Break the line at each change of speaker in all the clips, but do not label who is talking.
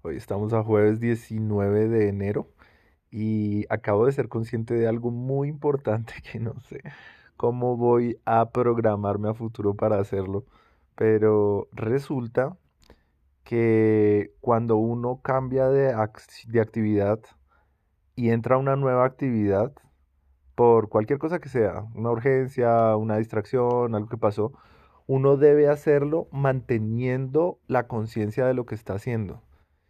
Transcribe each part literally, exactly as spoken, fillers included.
Hoy estamos a jueves diecinueve de enero y acabo de ser consciente de algo muy importante que no sé cómo voy a programarme a futuro para hacerlo, pero resulta que cuando uno cambia de, ac- de actividad y entra a una nueva actividad, por cualquier cosa que sea, una urgencia, una distracción, algo que pasó, uno debe hacerlo manteniendo la conciencia de lo que está haciendo.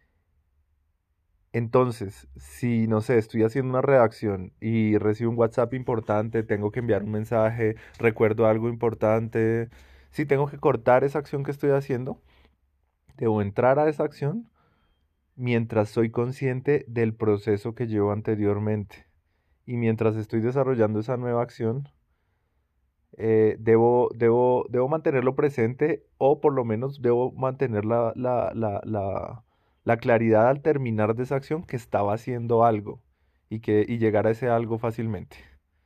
Entonces, si no sé, estoy haciendo una redacción y recibo un WhatsApp importante, tengo que enviar un mensaje, recuerdo algo importante, si tengo que cortar esa acción que estoy haciendo, debo entrar a esa acción mientras soy consciente del proceso que llevo anteriormente. Y mientras estoy desarrollando esa nueva acción, eh, debo, debo, debo mantenerlo presente o por lo menos debo mantener la, la, la, la, la claridad al terminar de esa acción que estaba haciendo algo y, que, y llegar a ese algo fácilmente.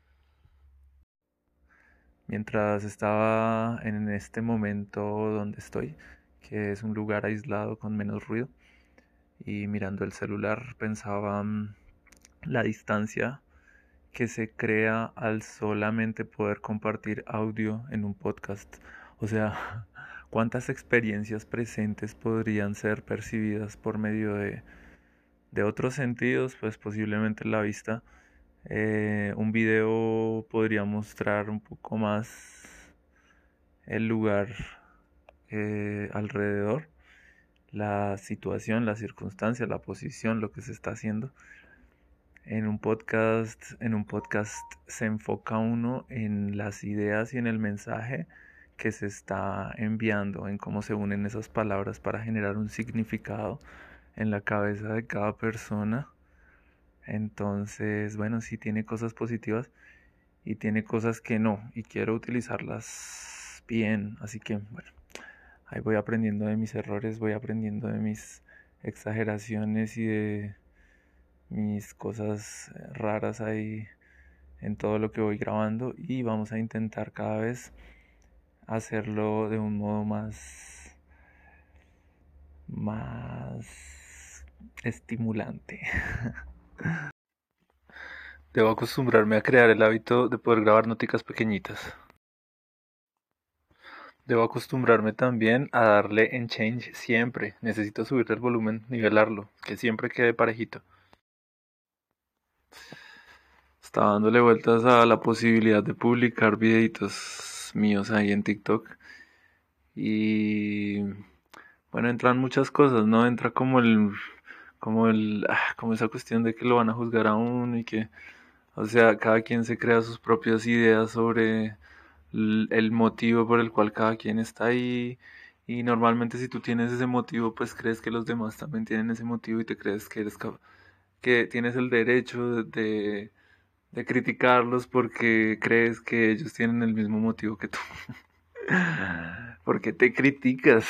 Mientras estaba en este momento donde estoy, que es un lugar aislado con menos ruido, y mirando el celular pensaba mm, la distancia que se crea al solamente poder compartir audio en un podcast. O sea, cuántas experiencias presentes podrían ser percibidas por medio de, de otros sentidos, pues posiblemente la vista. Eh, un video podría mostrar un poco más el lugar eh, alrededor, la situación, la circunstancia, la posición, lo que se está haciendo. En un podcast, en un podcast se enfoca uno en las ideas y en el mensaje que se está enviando, en cómo se unen esas palabras para generar un significado en la cabeza de cada persona. Entonces, bueno, sí tiene cosas positivas y tiene cosas que no, y quiero utilizarlas bien, así que bueno, ahí voy aprendiendo de mis errores, voy aprendiendo de mis exageraciones y de mis cosas eh, raras ahí en todo lo que voy grabando, y vamos a intentar cada vez hacerlo de un modo más más estimulante.
Debo acostumbrarme a crear el hábito de poder grabar noticas pequeñitas. Debo acostumbrarme también a darle en change siempre. Necesito subirle el volumen, nivelarlo, que siempre quede parejito. Estaba dándole vueltas a la posibilidad de publicar videitos míos ahí en TikTok. Y bueno, entran muchas cosas, ¿no? Entra como el, como el, ah, como esa cuestión de que lo van a juzgar a uno y que, o sea, cada quien se crea sus propias ideas sobre l- el motivo por el cual cada quien está ahí. Y normalmente si tú tienes ese motivo, pues crees que los demás también tienen ese motivo y te crees que eres cap- que tienes el derecho de, de criticarlos porque crees que ellos tienen el mismo motivo que tú. ¿Por qué te criticas?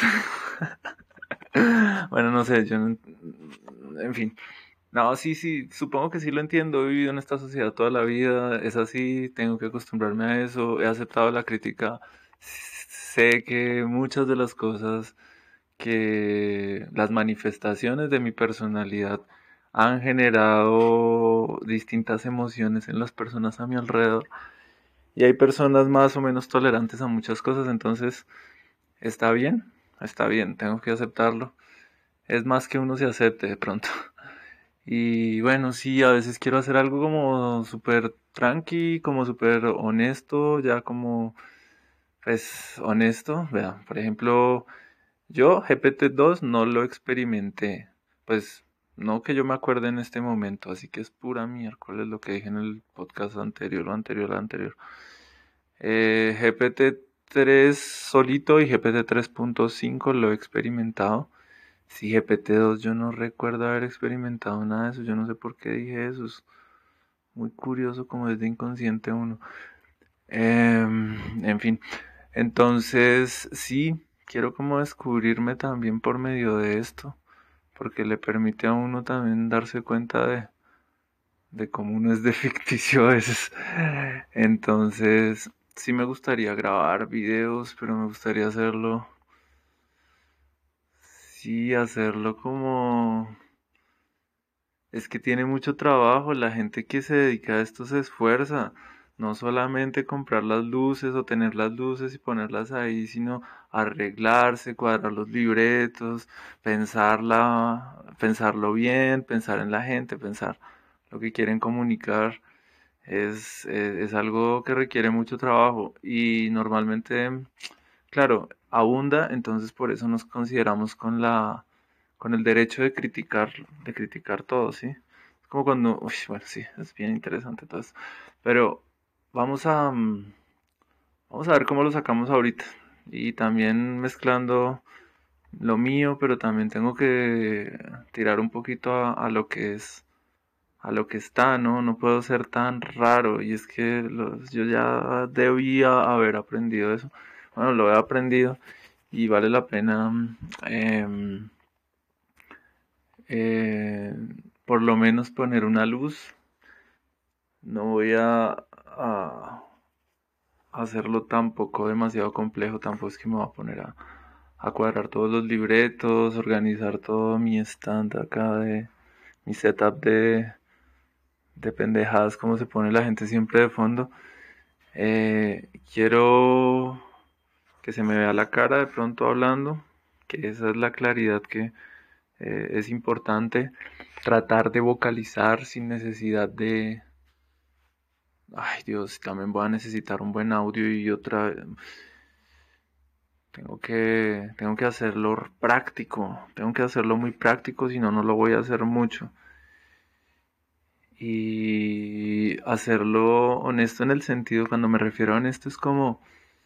Bueno, no sé, yo no, en fin. No, sí, sí, supongo que sí lo entiendo. He vivido en esta sociedad toda la vida, es así, tengo que acostumbrarme a eso, he aceptado la crítica. Sé que muchas de las cosas que las manifestaciones de mi personalidad han generado distintas emociones en las personas a mi alrededor. Y hay personas más o menos tolerantes a muchas cosas, entonces está bien, está bien, tengo que aceptarlo. Es más que uno se acepte de pronto. Y bueno, sí, a veces quiero hacer algo como súper tranqui, como súper honesto, ya como, pues, honesto. Vea, por ejemplo, yo G P T dos no lo experimenté, pues, no que yo me acuerde en este momento, así que es pura miércoles lo que dije en el podcast anterior, o anterior, anterior. Eh, G P T tres solito y G P T tres punto cinco lo he experimentado. Sí, G P T dos yo no recuerdo haber experimentado nada de eso, yo no sé por qué dije eso, es muy curioso como es de inconsciente uno. Em, en fin, entonces sí, quiero como descubrirme también por medio de esto, porque le permite a uno también darse cuenta de, de cómo uno es de ficticio a veces. Entonces, sí me gustaría grabar videos, pero me gustaría hacerlo sí, hacerlo como... Es que tiene mucho trabajo, la gente que se dedica a esto se esfuerza, no solamente comprar las luces o tener las luces y ponerlas ahí, sino arreglarse, cuadrar los libretos, pensarla, pensarlo bien, pensar en la gente, pensar lo que quieren comunicar. Es, es, es algo que requiere mucho trabajo y normalmente, claro, abunda, entonces por eso nos consideramos con la, con el derecho de criticar, de criticar todo, ¿sí? Es como cuando, uy, bueno, sí, es bien interesante todo eso. Pero vamos a, mm, vamos a ver cómo lo sacamos ahorita. Y también mezclando lo mío, pero también tengo que tirar un poquito a, a lo que es a lo que está, ¿no? No puedo ser tan raro. Y es que los, yo ya debía haber aprendido eso. Bueno, lo he aprendido y vale la pena mm, em, eh, por lo menos poner una luz. No voy a, a hacerlo tampoco demasiado complejo. Tampoco es que me voy a poner a, a cuadrar todos los libretos, organizar todo mi stand acá de mi setup de, de pendejadas como se pone la gente siempre de fondo. Eh, quiero que se me vea la cara de pronto hablando, que esa es la claridad que eh, es importante. Tratar de vocalizar sin necesidad de... Ay Dios, también voy a necesitar un buen audio y otra... Tengo que, tengo que hacerlo práctico, tengo que hacerlo muy práctico, si no, no lo voy a hacer mucho. Y hacerlo honesto en el sentido, cuando me refiero a honesto, es como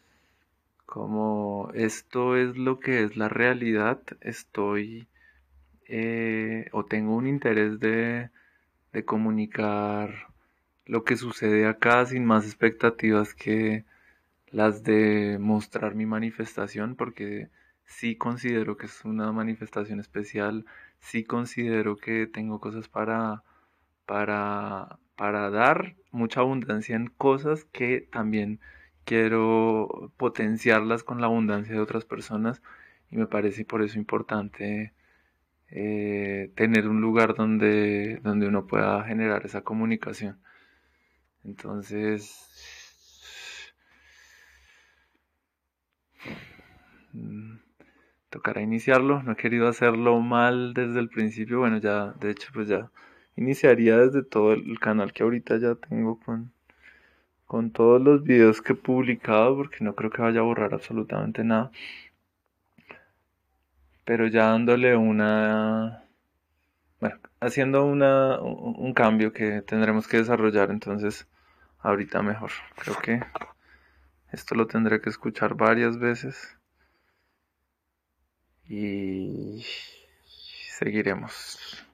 como esto es lo que es la realidad, estoy eh, o tengo un interés de, de comunicar lo que sucede acá sin más expectativas que las de mostrar mi manifestación, porque sí considero que es una manifestación especial, sí considero que tengo cosas para, para, para dar, mucha abundancia en cosas que también quiero potenciarlas con la abundancia de otras personas y me parece por eso importante eh, tener un lugar donde, donde uno pueda generar esa comunicación. Entonces, mm, tocará iniciarlo. No he querido hacerlo mal desde el principio. Bueno, ya, de hecho, pues ya iniciaría desde todo el canal que ahorita ya tengo con, con todos los videos que he publicado, porque no creo que vaya a borrar absolutamente nada. Pero ya dándole una, bueno, haciendo una, un un cambio que tendremos que desarrollar, entonces ahorita mejor. Creo que esto lo tendré que escuchar varias veces y seguiremos.